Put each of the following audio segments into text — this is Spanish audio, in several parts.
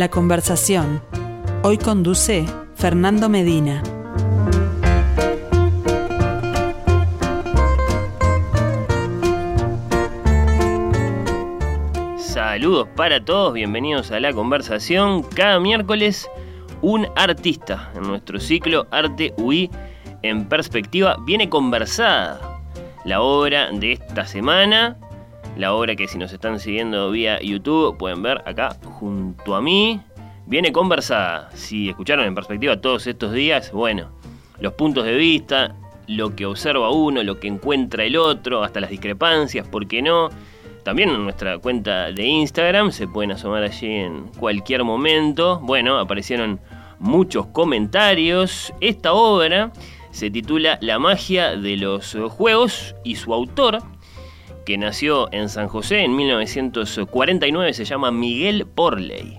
La conversación. Hoy conduce Fernando Medina. Saludos para todos, bienvenidos a La Conversación. Cada miércoles un artista en nuestro ciclo Arte UI en Perspectiva viene conversada. La obra de esta semana, la obra que si nos están siguiendo vía YouTube pueden ver acá junto a mí, viene conversada. Si escucharon en Perspectiva todos estos días, bueno, los puntos de vista, lo que observa uno, lo que encuentra el otro, hasta las discrepancias, ¿por qué no? También en nuestra cuenta de Instagram se pueden asomar allí en cualquier momento. Bueno, aparecieron muchos comentarios. Esta obra se titula La magia de los juegos y su autor, que nació en San José en 1949, se llama Miguel Porley.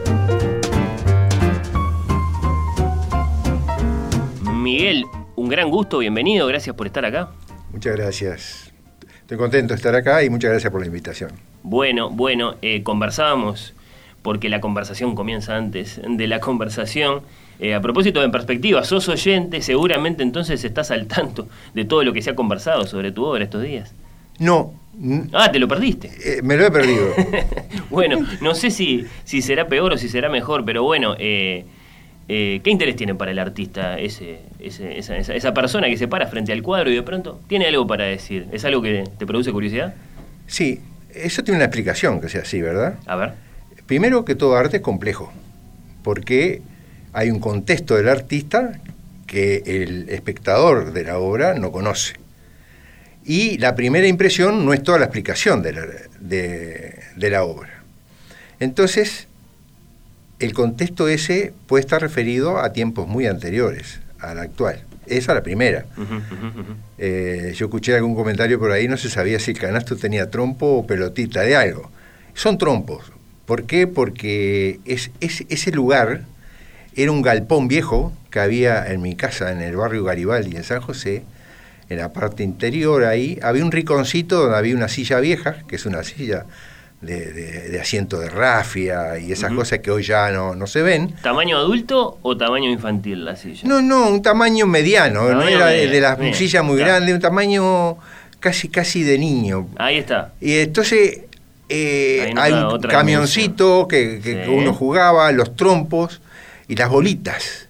Miguel, un gran gusto, bienvenido, gracias por estar acá. Muchas gracias. Estoy contento de estar acá y muchas gracias por la invitación. Bueno, conversábamos, porque la conversación comienza antes de la conversación. A propósito de En Perspectiva, sos oyente, seguramente entonces estás al tanto de todo lo que se ha conversado sobre tu obra estos días. No. Ah, ¿te lo perdiste? Me lo he perdido. Bueno, no sé si será peor o si será mejor, pero bueno, ¿qué interés tiene para el artista esa persona que se para frente al cuadro y de pronto tiene algo para decir? ¿Es algo que te produce curiosidad? Sí, eso tiene una explicación que sea así, ¿verdad? A ver. Primero, que todo arte es complejo, porque hay un contexto del artista que el espectador de la obra no conoce. Y la primera impresión no es toda la explicación de la obra. Entonces, el contexto ese puede estar referido a tiempos muy anteriores al actual. Esa es la primera. Yo escuché algún comentario por ahí, no se sabía si el canasto tenía trompo o pelotita de algo. Son trompos. ¿Por qué? Porque ese lugar era un galpón viejo que había en mi casa, en el barrio Garibaldi, en San José. En la parte interior ahí había un rinconcito donde había una silla vieja, que es una silla de asiento de rafia y esas cosas que hoy ya no se ven. ¿Tamaño adulto o tamaño infantil la silla? No, un tamaño mediano, no era de las sillas muy grandes, un tamaño casi de niño. Ahí está. Y entonces hay un camioncito que sí, uno jugaba, los trompos y las bolitas.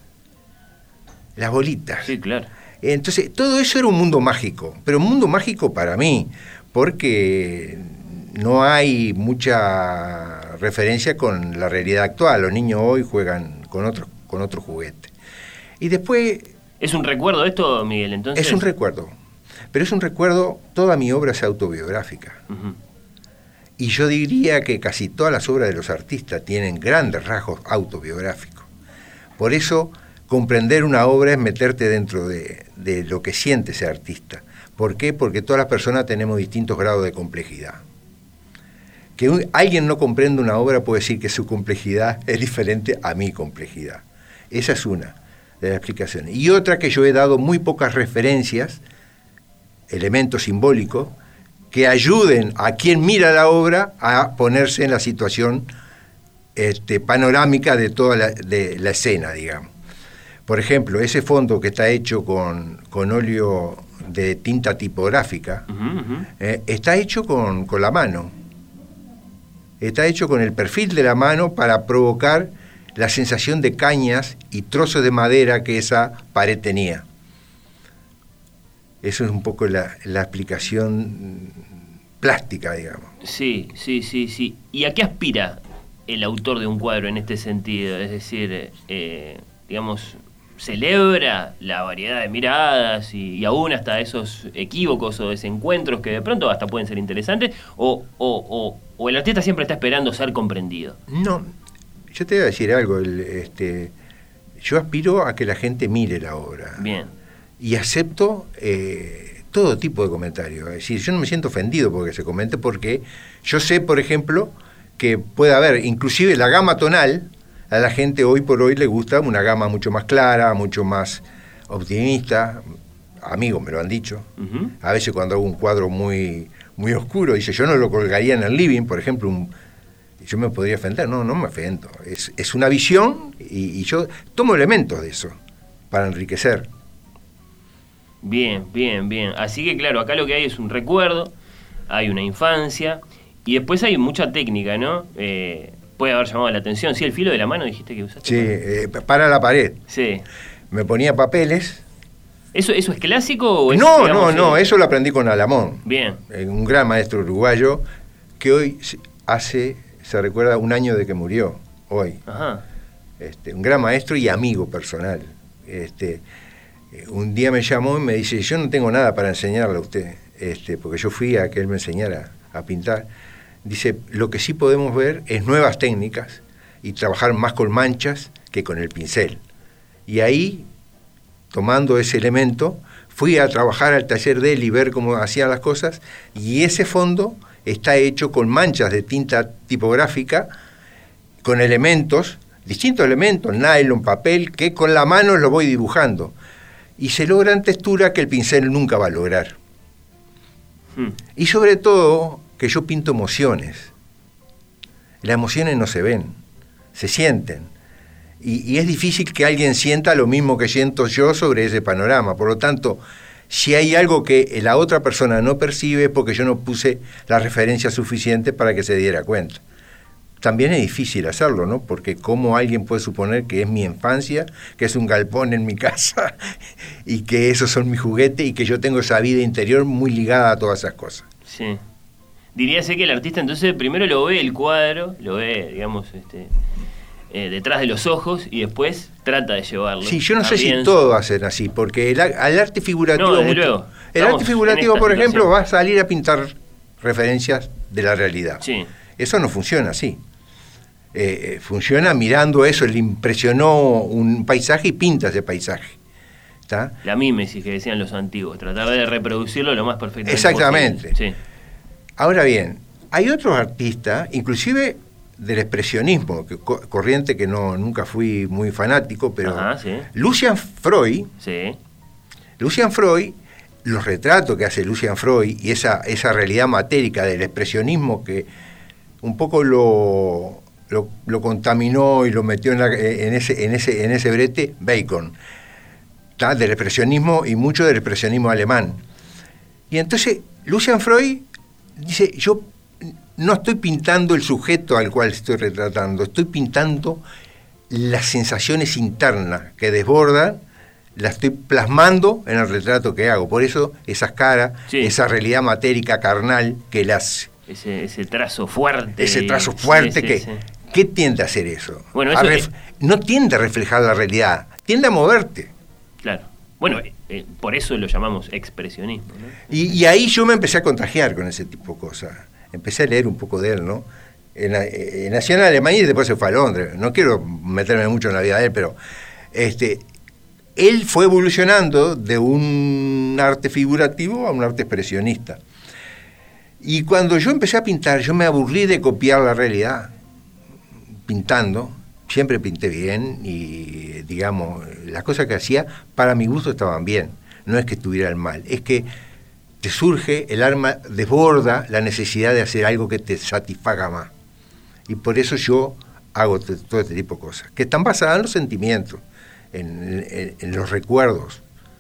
Sí, claro. Entonces, todo eso era un mundo mágico, pero un mundo mágico para mí, porque no hay mucha referencia con la realidad actual. Los niños hoy juegan con otro juguete. Y después... ¿Es un recuerdo esto, Miguel, entonces? Es un recuerdo, pero es un recuerdo, toda mi obra es autobiográfica. Y yo diría que casi todas las obras de los artistas tienen grandes rasgos autobiográficos. Por eso, comprender una obra es meterte dentro de lo que siente ese artista. ¿Por qué? Porque todas las personas tenemos distintos grados de complejidad. Que alguien no comprenda una obra puede decir que su complejidad es diferente a mi complejidad. Esa es una de las explicaciones. Y otra, que yo he dado muy pocas referencias, elementos simbólicos, que ayuden a quien mira la obra a ponerse en la situación panorámica de toda la escena, digamos. Por ejemplo, ese fondo que está hecho con óleo de tinta tipográfica, está hecho con la mano. Está hecho con el perfil de la mano para provocar la sensación de cañas y trozos de madera que esa pared tenía. Eso es un poco la explicación plástica, digamos. Sí. ¿Y a qué aspira el autor de un cuadro en este sentido? Es decir, digamos, celebra la variedad de miradas y aún hasta esos equívocos o desencuentros que de pronto hasta pueden ser interesantes, o el artista siempre está esperando ser comprendido. No, yo te voy a decir algo, yo aspiro a que la gente mire la obra. Bien. Y acepto todo tipo de comentarios. Es decir, yo no me siento ofendido porque se comente, porque yo sé, por ejemplo, que puede haber, inclusive la gama tonal, a la gente hoy por hoy le gusta una gama mucho más clara, mucho más optimista. Amigos me lo han dicho. A veces cuando hago un cuadro muy oscuro, dice, yo no lo colgaría en el living, por ejemplo, yo me podría ofender, no me ofendo. Es una visión y yo tomo elementos de eso para enriquecer. Bien. Así que claro, acá lo que hay es un recuerdo, hay una infancia y después hay mucha técnica, ¿no? Puede haber llamado la atención. Sí, el filo de la mano dijiste que usaste. Sí, para la pared. Sí. Me ponía papeles. ¿Eso es clásico o es, No, eso lo aprendí con Alamón. Bien. Un gran maestro uruguayo que hoy se recuerda 1 año de que murió, hoy. Ajá. Un gran maestro y amigo personal. Un día me llamó y me dice, yo no tengo nada para enseñarle a usted, porque yo fui a que él me enseñara a pintar. Dice, lo que sí podemos ver es nuevas técnicas y trabajar más con manchas que con el pincel. Y ahí, tomando ese elemento, fui a trabajar al taller de él y ver cómo hacían las cosas, y ese fondo está hecho con manchas de tinta tipográfica, con elementos, distintos elementos, nylon, papel, que con la mano lo voy dibujando. Y se logran texturas que el pincel nunca va a lograr. Y sobre todo, que yo pinto emociones. Las emociones no se ven, se sienten. Y es difícil que alguien sienta lo mismo que siento yo sobre ese panorama. Por lo tanto, si hay algo que la otra persona no percibe es porque yo no puse la referencia suficiente para que se diera cuenta. También es difícil hacerlo, ¿no? Porque cómo alguien puede suponer que es mi infancia, que es un galpón en mi casa y que esos son mis juguetes y que yo tengo esa vida interior muy ligada a todas esas cosas. Sí. Diríase que el artista entonces primero lo ve el cuadro, lo ve, digamos, detrás de los ojos y después trata de llevarlo. Sí, yo no sé si todos hacen así, porque al arte figurativo... No, desde luego. El arte figurativo, por ejemplo, va a salir a pintar referencias de la realidad. Sí. Eso no funciona así. Funciona mirando eso, le impresionó un paisaje y pinta ese paisaje. ¿Está? La mímesis que decían los antiguos, tratar de reproducirlo lo más perfectamente exactamente posible. Sí. Ahora bien, hay otros artistas, inclusive del expresionismo, corriente que nunca fui muy fanático, pero ajá, sí. Lucian Freud, sí. Los retratos que hace Lucian Freud y esa realidad matérica del expresionismo que un poco lo contaminó y lo metió en ese brete Bacon, ¿tá? Del expresionismo y mucho del expresionismo alemán. Y entonces Lucian Freud dice, yo no estoy pintando el sujeto al cual estoy retratando, estoy pintando las sensaciones internas que desbordan, las estoy plasmando en el retrato que hago. Por eso esas caras, sí. Esa realidad matérica carnal que él hace. Ese trazo fuerte. Ese trazo fuerte sí, que... Sí. ¿Qué tiende a hacer eso? Bueno, no tiende a reflejar la realidad, tiende a moverte. Claro. Bueno, por eso lo llamamos expresionismo, ¿no? Y ahí yo me empecé a contagiar con ese tipo de cosas. Empecé a leer un poco de él, ¿no? Nació en Alemania y después se fue a Londres. No quiero meterme mucho en la vida de él, pero él fue evolucionando de un arte figurativo a un arte expresionista. Y cuando yo empecé a pintar, yo me aburrí de copiar la realidad. Pintando, siempre pinté bien y, digamos, las cosas que hacía, para mi gusto estaban bien. No es que estuvieran mal, es que te surge, el alma desborda la necesidad de hacer algo que te satisfaga más. Y por eso yo hago todo este tipo de cosas, que están basadas en los sentimientos, en los recuerdos,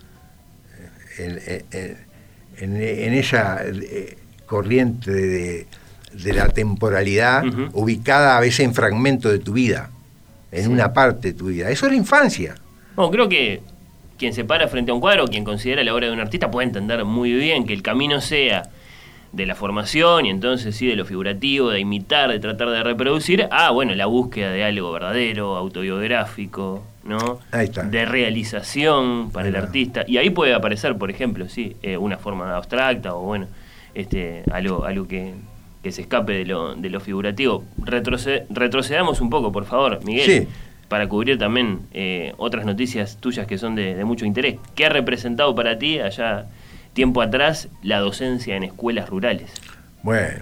en esa corriente de la temporalidad, uh-huh. Ubicada a veces en fragmentos de tu vida, en sí. Una parte de tu vida. Eso es la infancia. Bueno, creo que quien se para frente a un cuadro, quien considera la obra de un artista, puede entender muy bien que el camino sea de la formación y entonces sí de lo figurativo, de imitar, de tratar de reproducir, la búsqueda de algo verdadero, autobiográfico, ¿no? Ahí está. De realización para el artista. Y ahí puede aparecer, por ejemplo, sí, una forma abstracta o algo que se escape de lo figurativo. Retrocedamos un poco, por favor, Miguel, sí. Para cubrir también otras noticias tuyas que son de mucho interés. ¿Qué ha representado para ti allá tiempo atrás la docencia en escuelas rurales? Bueno,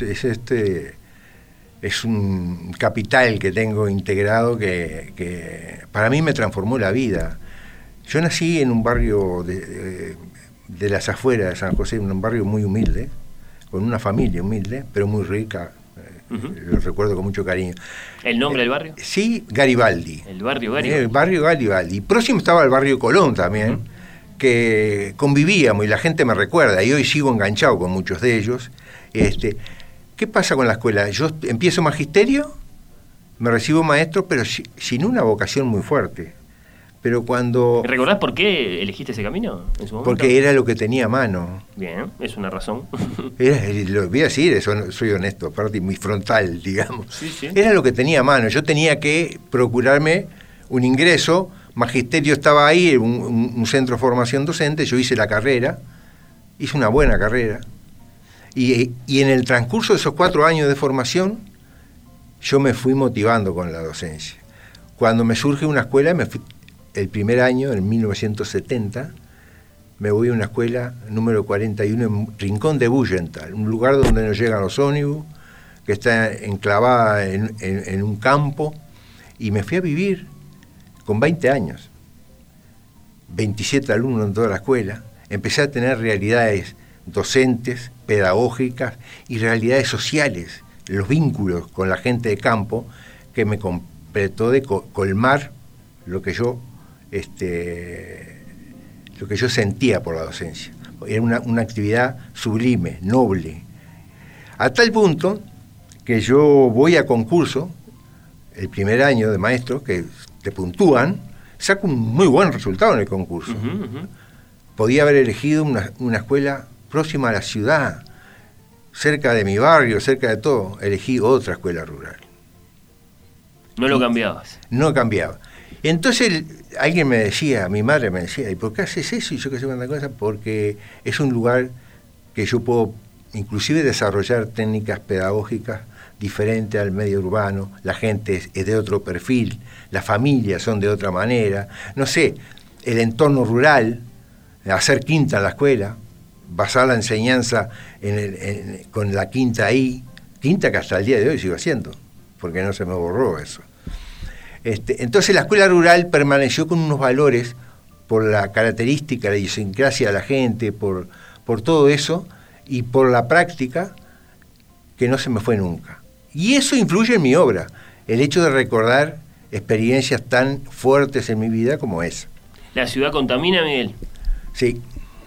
es un capital que tengo integrado que para mí me transformó la vida. Yo nací en un barrio de las afueras de San José, un barrio muy humilde, con una familia humilde, pero muy rica, lo recuerdo con mucho cariño. ¿El nombre del barrio? Sí, Garibaldi. El barrio Garibaldi. El barrio Garibaldi. Próximo estaba el barrio Colón también, que convivíamos y la gente me recuerda, y hoy sigo enganchado con muchos de ellos. ¿Qué pasa con la escuela? Yo empiezo magisterio, me recibo maestro, pero sin una vocación muy fuerte. Pero cuando... ¿Recordás por qué elegiste ese camino en su momento? Porque era lo que tenía a mano. Bien, es una razón. Lo voy a decir, eso, soy honesto, aparte muy frontal, digamos. Sí. Era lo que tenía a mano. Yo tenía que procurarme un ingreso. Magisterio estaba ahí, un centro de formación docente. Yo hice la carrera, hice una buena carrera. Y en el transcurso de esos 4 años de formación, yo me fui motivando con la docencia. Cuando me surge una escuela, el primer año, en 1970, me voy a una escuela número 41 en Rincón de Bullenthal, un lugar donde no llegan los ómnibus, que está enclavada en un campo, y me fui a vivir con 20 años, 27 alumnos en toda la escuela. Empecé a tener realidades docentes, pedagógicas y realidades sociales, los vínculos con la gente de campo, que me completó de colmar lo que yo sentía por la docencia. Era una actividad sublime, noble, a tal punto que yo voy a concurso el primer año de maestro, que te puntúan, saco un muy buen resultado en el concurso. Podía haber elegido una escuela próxima a la ciudad, cerca de mi barrio, cerca de todo. Elegí otra escuela rural. ¿No lo cambiabas? No cambiaba. Entonces alguien me decía, mi madre me decía, ¿y por qué haces eso? Y yo qué sé cuánta cosa, porque es un lugar que yo puedo inclusive desarrollar técnicas pedagógicas diferentes al medio urbano, la gente es de otro perfil, las familias son de otra manera, no sé, el entorno rural, hacer quinta en la escuela, basar la enseñanza con la quinta ahí, quinta que hasta el día de hoy sigo haciendo, porque no se me borró eso. Entonces la escuela rural permaneció con unos valores por la característica, la idiosincrasia de la gente, por todo eso, y por la práctica que no se me fue nunca. Y eso influye en mi obra, el hecho de recordar experiencias tan fuertes en mi vida como esa. ¿La ciudad contamina, Miguel? Sí.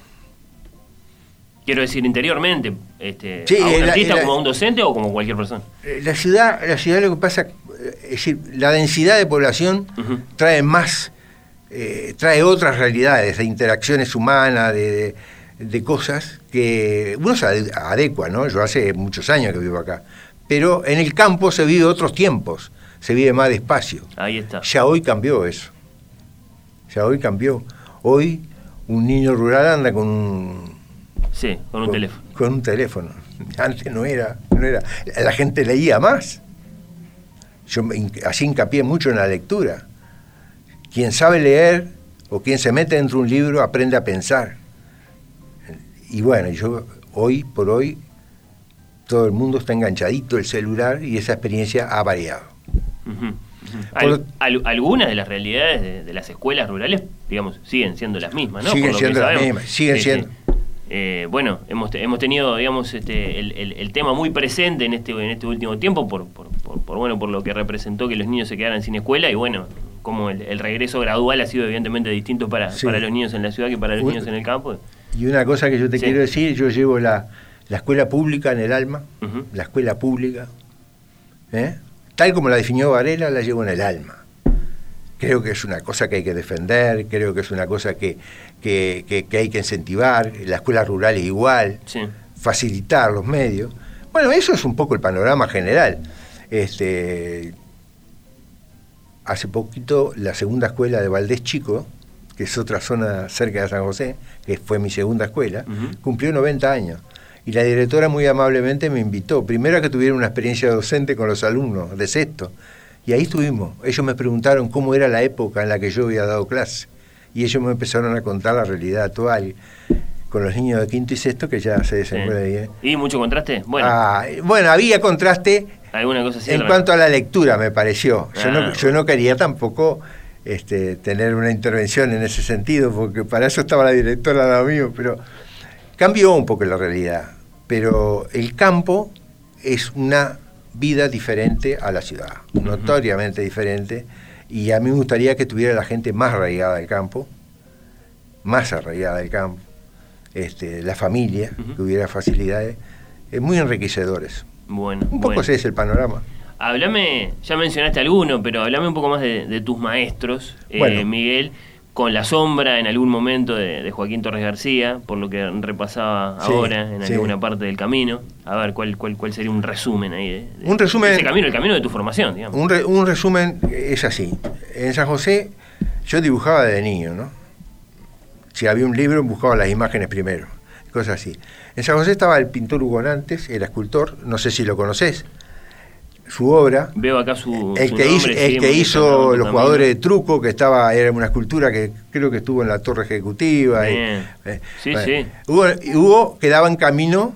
Quiero decir, interiormente, sí, ¿a un artista como a un docente o como cualquier persona? La ciudad lo que pasa, es decir, la densidad de población trae más, trae otras realidades, de interacciones humanas, de cosas que uno se adecua, ¿no? Yo hace muchos años que vivo acá, pero en el campo se vive otros tiempos, se vive más despacio. Ahí está. Ya hoy cambió eso. Ya hoy cambió. Hoy un niño rural anda con un... Sí, con un teléfono. Con un teléfono. Antes no era. La gente leía más. Yo así hincapié mucho en la lectura. Quien sabe leer o quien se mete dentro de un libro aprende a pensar. Y bueno, yo hoy por hoy todo el mundo está enganchadito el celular y esa experiencia ha variado. Algunas de las realidades de las escuelas rurales, digamos, siguen siendo las mismas, ¿no? Siguen siendo las mismas, siguen siendo. Bueno, hemos tenido, digamos, el tema muy presente en este último tiempo por lo que representó que los niños se quedaran sin escuela y bueno, como el regreso gradual ha sido evidentemente distinto para los niños en la ciudad que para los niños en el campo. Y una cosa que yo te quiero decir, yo llevo la escuela pública en el alma, la escuela pública, tal como la definió Varela, la llevo en el alma. Creo que es una cosa que hay que defender, creo que es una cosa que hay que incentivar, la escuela rural es igual, facilitar los medios. Bueno, eso es un poco el panorama general. Hace poquito la segunda escuela de Valdés Chico, que es otra zona cerca de San José, que fue mi segunda escuela, cumplió 90 años. Y la directora muy amablemente me invitó, primero a que tuviera una experiencia docente con los alumnos de sexto. Y ahí estuvimos. Ellos me preguntaron cómo era la época en la que yo había dado clase. Y ellos me empezaron a contar la realidad actual con los niños de quinto y sexto que ya se desenvuelven bien. ¿Y mucho contraste? Bueno, había contraste alguna cosa así en cuanto a la lectura, me pareció. Yo no quería tampoco tener una intervención en ese sentido, porque para eso estaba la directora al lado mío, pero cambió un poco la realidad. Pero el campo es una vida diferente a la ciudad, notoriamente diferente, y a mí me gustaría que tuviera la gente más arraigada del campo, más arraigada del campo, la familia, que hubiera facilidades, muy enriquecedores. Bueno, un poco ese es el panorama. Háblame, ya mencionaste alguno, pero háblame un poco más de tus maestros, Miguel, con la sombra en algún momento de Joaquín Torres García, por lo que repasaba ahora en alguna parte del camino. A ver, ¿cuál sería un resumen ahí? Un resumen, ese camino, el camino de tu formación, digamos. Un resumen es así. En San José yo dibujaba de niño, ¿no? Si había un libro, buscaba las imágenes primero, cosas así. En San José estaba el pintor Hugo Nantes, era escultor, no sé si lo conocés. Su obra, veo acá su el que hizo Los Jugadores de Truco, que era una escultura que creo que estuvo en la Torre Ejecutiva. Sí. Hugo quedaba en camino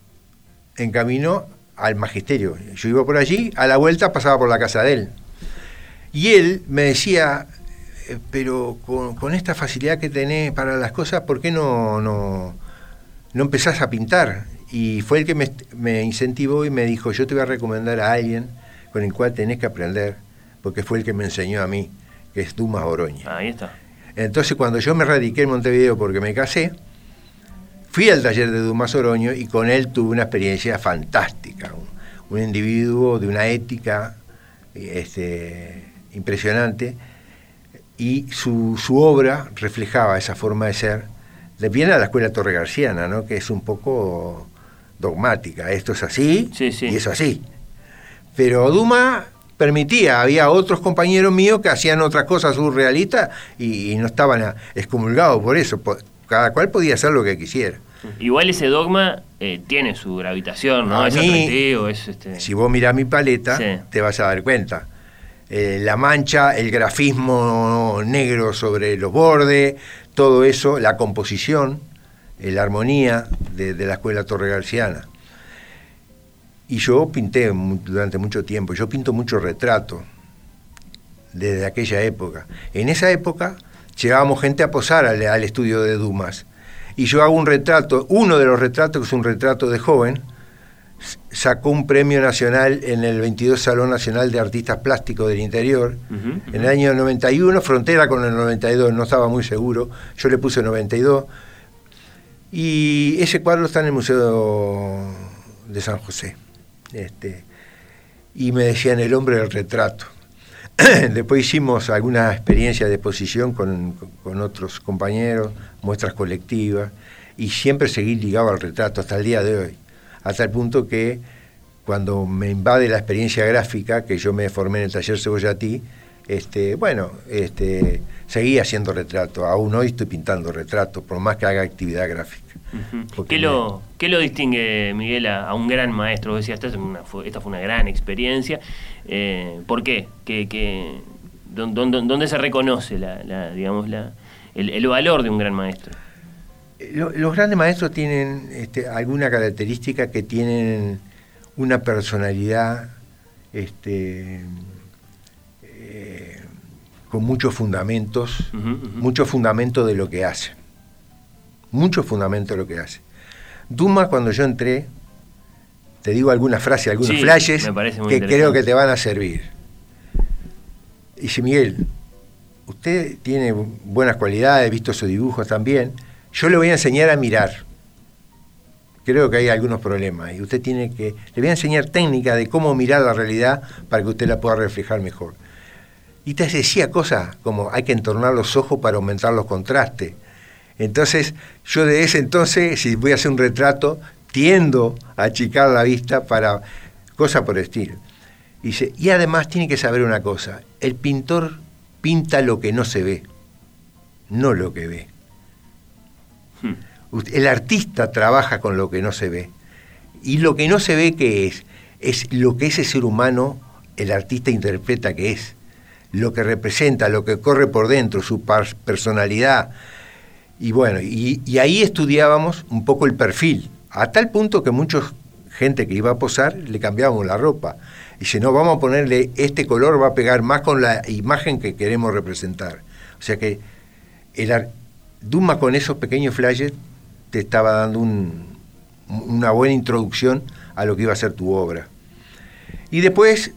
al magisterio. Yo iba por allí, a la vuelta pasaba por la casa de él. Y él me decía, pero con esta facilidad que tenés para las cosas, ¿por qué no empezás a pintar? Y fue el que me incentivó y me dijo, yo te voy a recomendar a alguien con el cual tenés que aprender, porque fue el que me enseñó a mí, que es Dumas Oroña. Ahí está. Entonces, cuando yo me radiqué en Montevideo porque me casé, fui al taller de Dumas Oroño y con él tuve una experiencia fantástica. Un individuo de una ética impresionante, y su obra reflejaba esa forma de ser. Viene a la escuela torregarciana, ¿no? Que es un poco dogmática, esto es así y es así. Pero Dumas permitía, había otros compañeros míos que hacían otras cosas surrealistas y no estaban excomulgados por eso, cada cual podía hacer lo que quisiera. Igual ese dogma tiene su gravitación, ¿no? Es atractivo, Si vos mirás mi paleta, te vas a dar cuenta. La mancha, el grafismo negro sobre los bordes, todo eso, la composición, la armonía de la escuela torregarciana. Y yo pinté durante mucho tiempo, yo pinto mucho retrato desde aquella época. En esa época llevábamos gente a posar al estudio de Dumas, y yo hago un retrato, uno de los retratos, que es un retrato de joven, sacó un premio nacional en el 22 Salón Nacional de Artistas Plásticos del Interior, en el año 91, frontera con el 92, no estaba muy seguro, yo le puse 92, y ese cuadro está en el Museo de San José, y me decían el hombre del retrato. Después hicimos alguna experiencia de exposición con otros compañeros, muestras colectivas, y siempre seguí ligado al retrato hasta el día de hoy. Hasta el punto que cuando me invade la experiencia gráfica, que yo me formé en el taller Cebollatí, seguí haciendo retrato. Aún hoy estoy pintando retratos, por más que haga actividad gráfica. ¿Qué lo distingue, Miguel, a un gran maestro? Vos decías, esta fue una gran experiencia. ¿Por qué? ¿Dónde se reconoce el valor de un gran maestro? Los grandes maestros tienen alguna característica, que tienen una personalidad con muchos fundamentos, muchos fundamentos de lo que hace. Muchos fundamentos de lo que hace. Dumas, cuando yo entré, te digo algunas frases, algunos flashes que creo que te van a servir. Dice: Miguel, usted tiene buenas cualidades, he visto sus dibujos también. Yo le voy a enseñar a mirar. Creo que hay algunos problemas y usted le voy a enseñar técnicas de cómo mirar la realidad para que usted la pueda reflejar mejor. Y te decía cosas como: hay que entornar los ojos para aumentar los contrastes. Entonces, yo de ese entonces, si voy a hacer un retrato, tiendo a achicar la vista para cosas por el estilo. Dice, y además tiene que saber una cosa: el pintor pinta lo que no se ve, no lo que ve. El artista trabaja con lo que no se ve. Y lo que no se ve, ¿qué es? Es lo que ese ser humano, el artista, interpreta que es. Lo que representa, lo que corre por dentro, su personalidad. Y bueno, y ahí estudiábamos un poco el perfil, a tal punto que mucha gente que iba a posar le cambiábamos la ropa. Y dice, no, vamos a ponerle este color, va a pegar más con la imagen que queremos representar. O sea que Dumas, con esos pequeños flashes, te estaba dando una buena introducción a lo que iba a ser tu obra. Y después,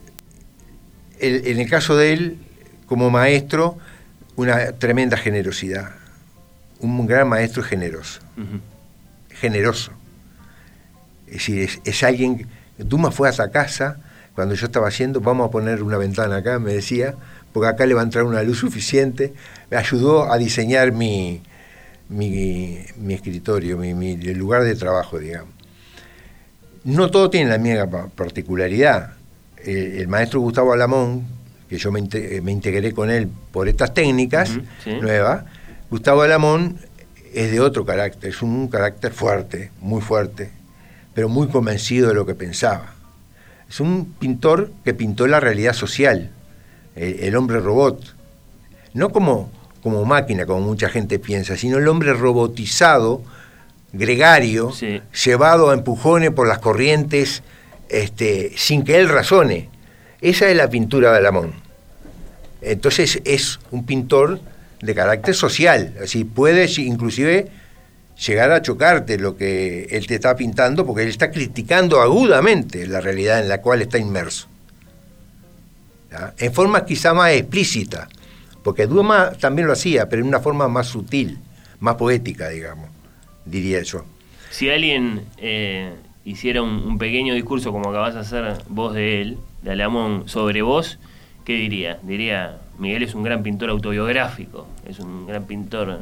en el caso de él, como maestro, una tremenda generosidad. Un gran maestro generoso. Generoso. Es decir, es alguien... Dumas fue a esa casa, cuando yo estaba haciendo, vamos a poner una ventana acá, me decía, porque acá le va a entrar una luz suficiente. Me ayudó a diseñar mi escritorio, el lugar de trabajo, digamos. No todo tiene la misma particularidad. El maestro Gustavo Alamón, que yo me integré con él por estas técnicas nuevas, Gustavo Alamón es de otro carácter, es un carácter fuerte, muy fuerte, pero muy convencido de lo que pensaba. Es un pintor que pintó la realidad social, el hombre robot, no como máquina, como mucha gente piensa, sino el hombre robotizado, gregario, llevado a empujones por las corrientes, sin que él razone. Esa es la pintura de Alamón. Entonces es un pintor de carácter social, así puedes inclusive llegar a chocarte lo que él te está pintando, porque él está criticando agudamente la realidad en la cual está inmerso, ¿ya? En forma quizá más explícita, porque Dumas también lo hacía, pero en una forma más sutil, más poética, digamos, diría yo. Si alguien hiciera un pequeño discurso como acabas de hacer vos de él, de Alamón, sobre vos, ¿qué diría? Diría, Miguel es un gran pintor autobiográfico, es un gran pintor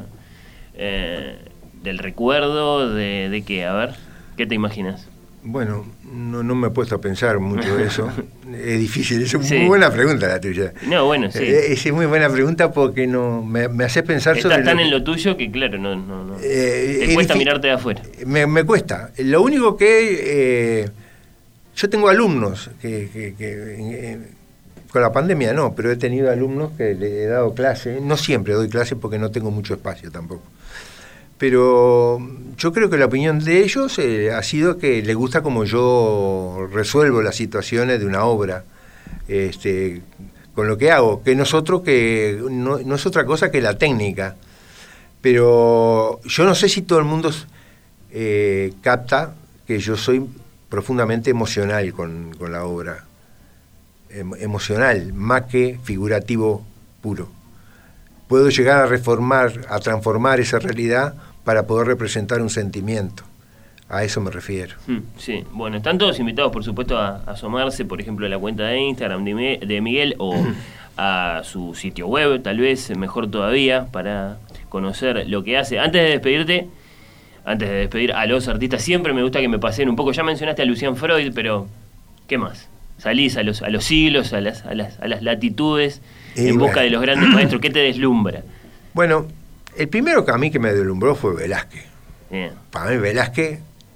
del recuerdo, ¿de qué? A ver, ¿qué te imaginas? Bueno, no me he puesto a pensar mucho de eso. Es difícil, es muy buena pregunta la tuya. No, bueno, sí. Es muy buena pregunta porque me hace pensar sobre... Estás tan en lo tuyo que, claro, no te cuesta mirarte de afuera. Me cuesta. Lo único que... yo tengo alumnos que con la pandemia no, pero he tenido alumnos que le he dado clase. No siempre doy clase porque no tengo mucho espacio tampoco. Pero yo creo que la opinión de ellos ha sido que les gusta como yo resuelvo las situaciones de una obra, con lo que hago, que nosotros que no es otra cosa que la técnica. Pero yo no sé si todo el mundo capta que yo soy profundamente emocional con la obra, emocional, más que figurativo puro. Puedo llegar a transformar esa realidad para poder representar un sentimiento. A eso me refiero. Sí, bueno, están todos invitados, por supuesto, a asomarse, por ejemplo, a la cuenta de Instagram de Miguel o a su sitio web, tal vez, mejor todavía, para conocer lo que hace. Antes de despedir a los artistas, siempre me gusta que me paseen un poco. Ya mencionaste a Lucian Freud, pero ¿qué más? Salís a los siglos, a las latitudes, en busca de los grandes maestros. ¿Qué te deslumbra? Bueno, el primero que a mí que me deslumbró fue Velázquez. Bien. Para mí Velázquez,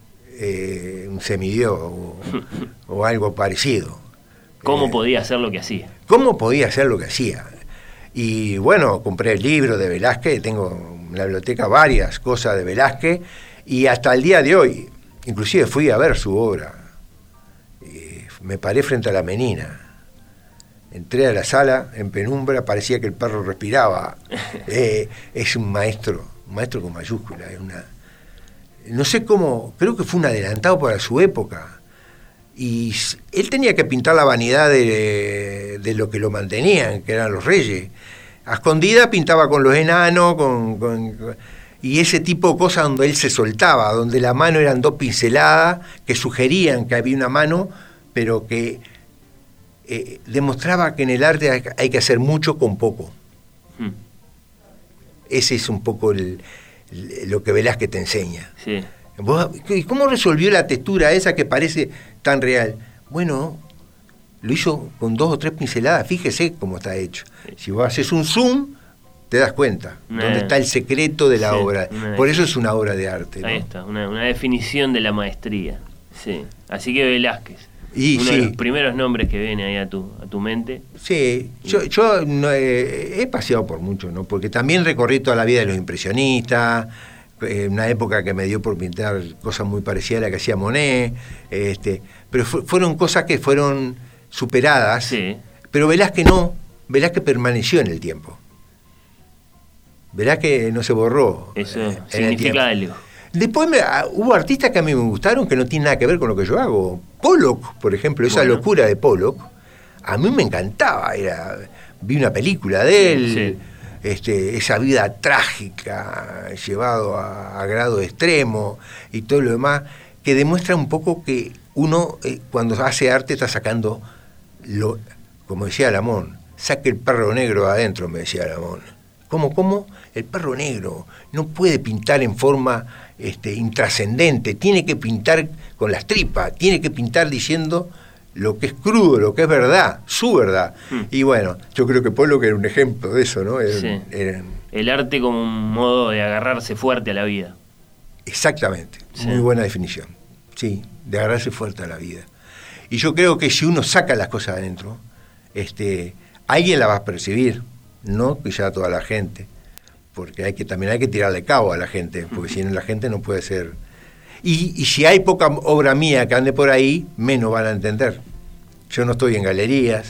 un semidios o algo parecido. ¿Cómo podía hacer lo que hacía? ¿Cómo podía hacer lo que hacía? Y bueno, compré el libro de Velázquez, tengo en la biblioteca varias cosas de Velázquez, y hasta el día de hoy, inclusive fui a ver su obra. Me paré frente a la Menina. Entré a la sala en penumbra, parecía que el perro respiraba. Es un maestro con mayúscula. No sé cómo, creo que fue un adelantado para su época. Y él tenía que pintar la vanidad de lo que lo mantenían, que eran los reyes. A escondida pintaba con los enanos, y ese tipo de cosas donde él se soltaba, donde la mano eran dos pinceladas que sugerían que había una mano, pero que demostraba que en el arte hay que hacer mucho con poco. Ese es un poco lo que Velázquez te enseña. Sí. ¿Cómo resolvió la textura esa que parece tan real? Bueno, lo hizo con 2 o 3 pinceladas, fíjese cómo está hecho. Si vos haces un zoom, te das cuenta dónde está el secreto de la obra. Por eso es una obra de arte, ¿no? Ahí está, una definición de la maestría. Sí. Así que Velázquez. Y uno de los primeros nombres que viene ahí a tu mente. Sí, yo no, he paseado por mucho, ¿no? Porque también recorrí toda la vida de los impresionistas, una época que me dio por pintar cosas muy parecidas a la que hacía Monet, pero fueron cosas que fueron superadas, sí. Pero Velázquez no, Velázquez permaneció en el tiempo. Velázquez no se borró. Eso significa algo. Después hubo artistas que a mí me gustaron que no tienen nada que ver con lo que yo hago. Pollock, por ejemplo, esa locura de Pollock, a mí me encantaba. Vi una película de él, esa vida trágica, llevado a grado extremo y todo lo demás, que demuestra un poco que uno cuando hace arte está sacando, como decía Lamón, saque el perro negro adentro, me decía Lamón. ¿Cómo? El perro negro no puede pintar en forma intrascendente, tiene que pintar con las tripas, tiene que pintar diciendo lo que es crudo, lo que es verdad, su verdad. Y bueno, yo creo que Pollock era un ejemplo de eso, ¿no? El arte como un modo de agarrarse fuerte a la vida. Exactamente, muy buena definición, sí, de agarrarse fuerte a la vida. Y yo creo que si uno saca las cosas adentro, alguien la va a percibir, no quizá toda la gente, porque también hay que tirarle cabo a la gente, porque si no la gente no puede ser. Y si hay poca obra mía que ande por ahí, menos van a entender. Yo no estoy en galerías.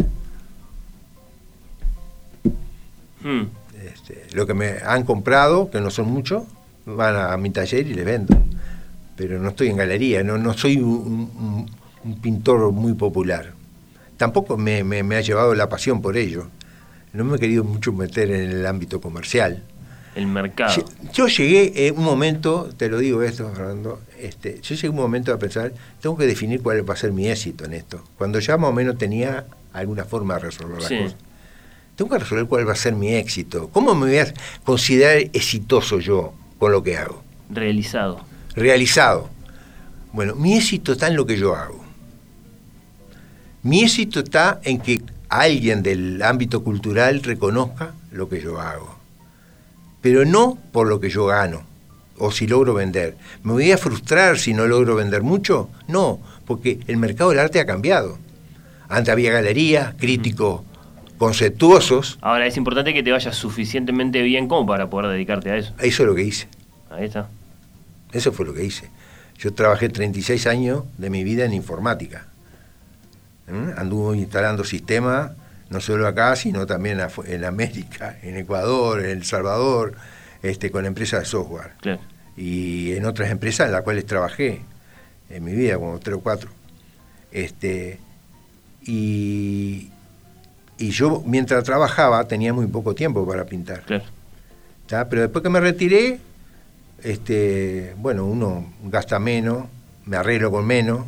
Lo que me han comprado, que no son muchos, van a mi taller y les vendo. Pero no estoy en galería, no soy un pintor muy popular. Tampoco me ha llevado la pasión por ello. No me he querido mucho meter en el ámbito comercial. El mercado. Yo llegué un momento, te lo digo esto, Fernando, yo llegué un momento a pensar, tengo que definir cuál va a ser mi éxito en esto. Cuando ya más o menos tenía alguna forma de resolver las cosas. Tengo que resolver cuál va a ser mi éxito. ¿Cómo me voy a considerar exitoso yo con lo que hago? Realizado. Bueno, mi éxito está en lo que yo hago. Mi éxito está en que alguien del ámbito cultural reconozca lo que yo hago. Pero no por lo que yo gano, o si logro vender. ¿Me voy a frustrar si no logro vender mucho? No, porque el mercado del arte ha cambiado. Antes había galerías, críticos conceptuosos. Ahora es importante que te vayas suficientemente bien como para poder dedicarte a eso. Eso es lo que hice. Ahí está. Eso fue lo que hice. Yo trabajé 36 años de mi vida en informática. Anduve instalando sistemas, no solo acá, sino también en América, en Ecuador, en El Salvador, con empresas de software. Claro. Y en otras empresas en las cuales trabajé en mi vida, como 3 o 4. Y yo, mientras trabajaba, tenía muy poco tiempo para pintar. Claro. Pero después que me retiré, bueno, uno gasta menos, me arreglo con menos,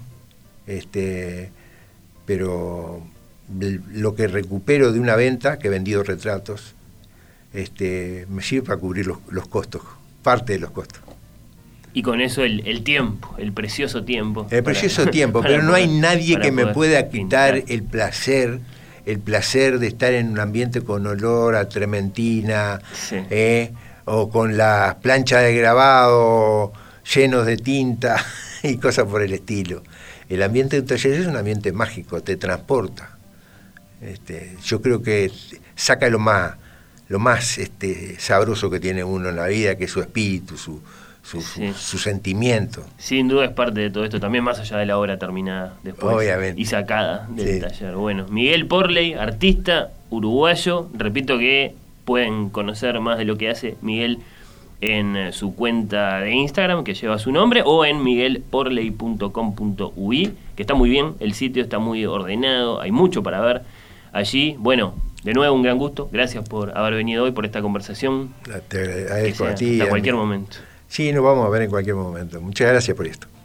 pero lo que recupero de una venta, que he vendido retratos, me sirve para cubrir los costos, parte de los costos. Y con eso el tiempo, el precioso tiempo. El precioso tiempo, pero no hay nadie que me pueda quitar el placer de estar en un ambiente con olor a trementina, o con las planchas de grabado llenos de tinta y cosas por el estilo. El ambiente de un taller es un ambiente mágico, te transporta. Yo creo que saca lo más sabroso que tiene uno en la vida, que es su espíritu, su sentimiento. Sin duda es parte de todo esto, también más allá de la obra terminada después. Obviamente. Y sacada del taller. Bueno, Miguel Porley, artista uruguayo. Repito que pueden conocer más de lo que hace Miguel en su cuenta de Instagram, que lleva su nombre, o en miguelporley.com.ui, que está muy bien, el sitio está muy ordenado, hay mucho para ver allí. Bueno, de nuevo un gran gusto, gracias por haber venido hoy, por esta conversación. Te agradezco a ti. Hasta cualquier momento. Sí, nos vamos a ver en cualquier momento. Muchas gracias por esto.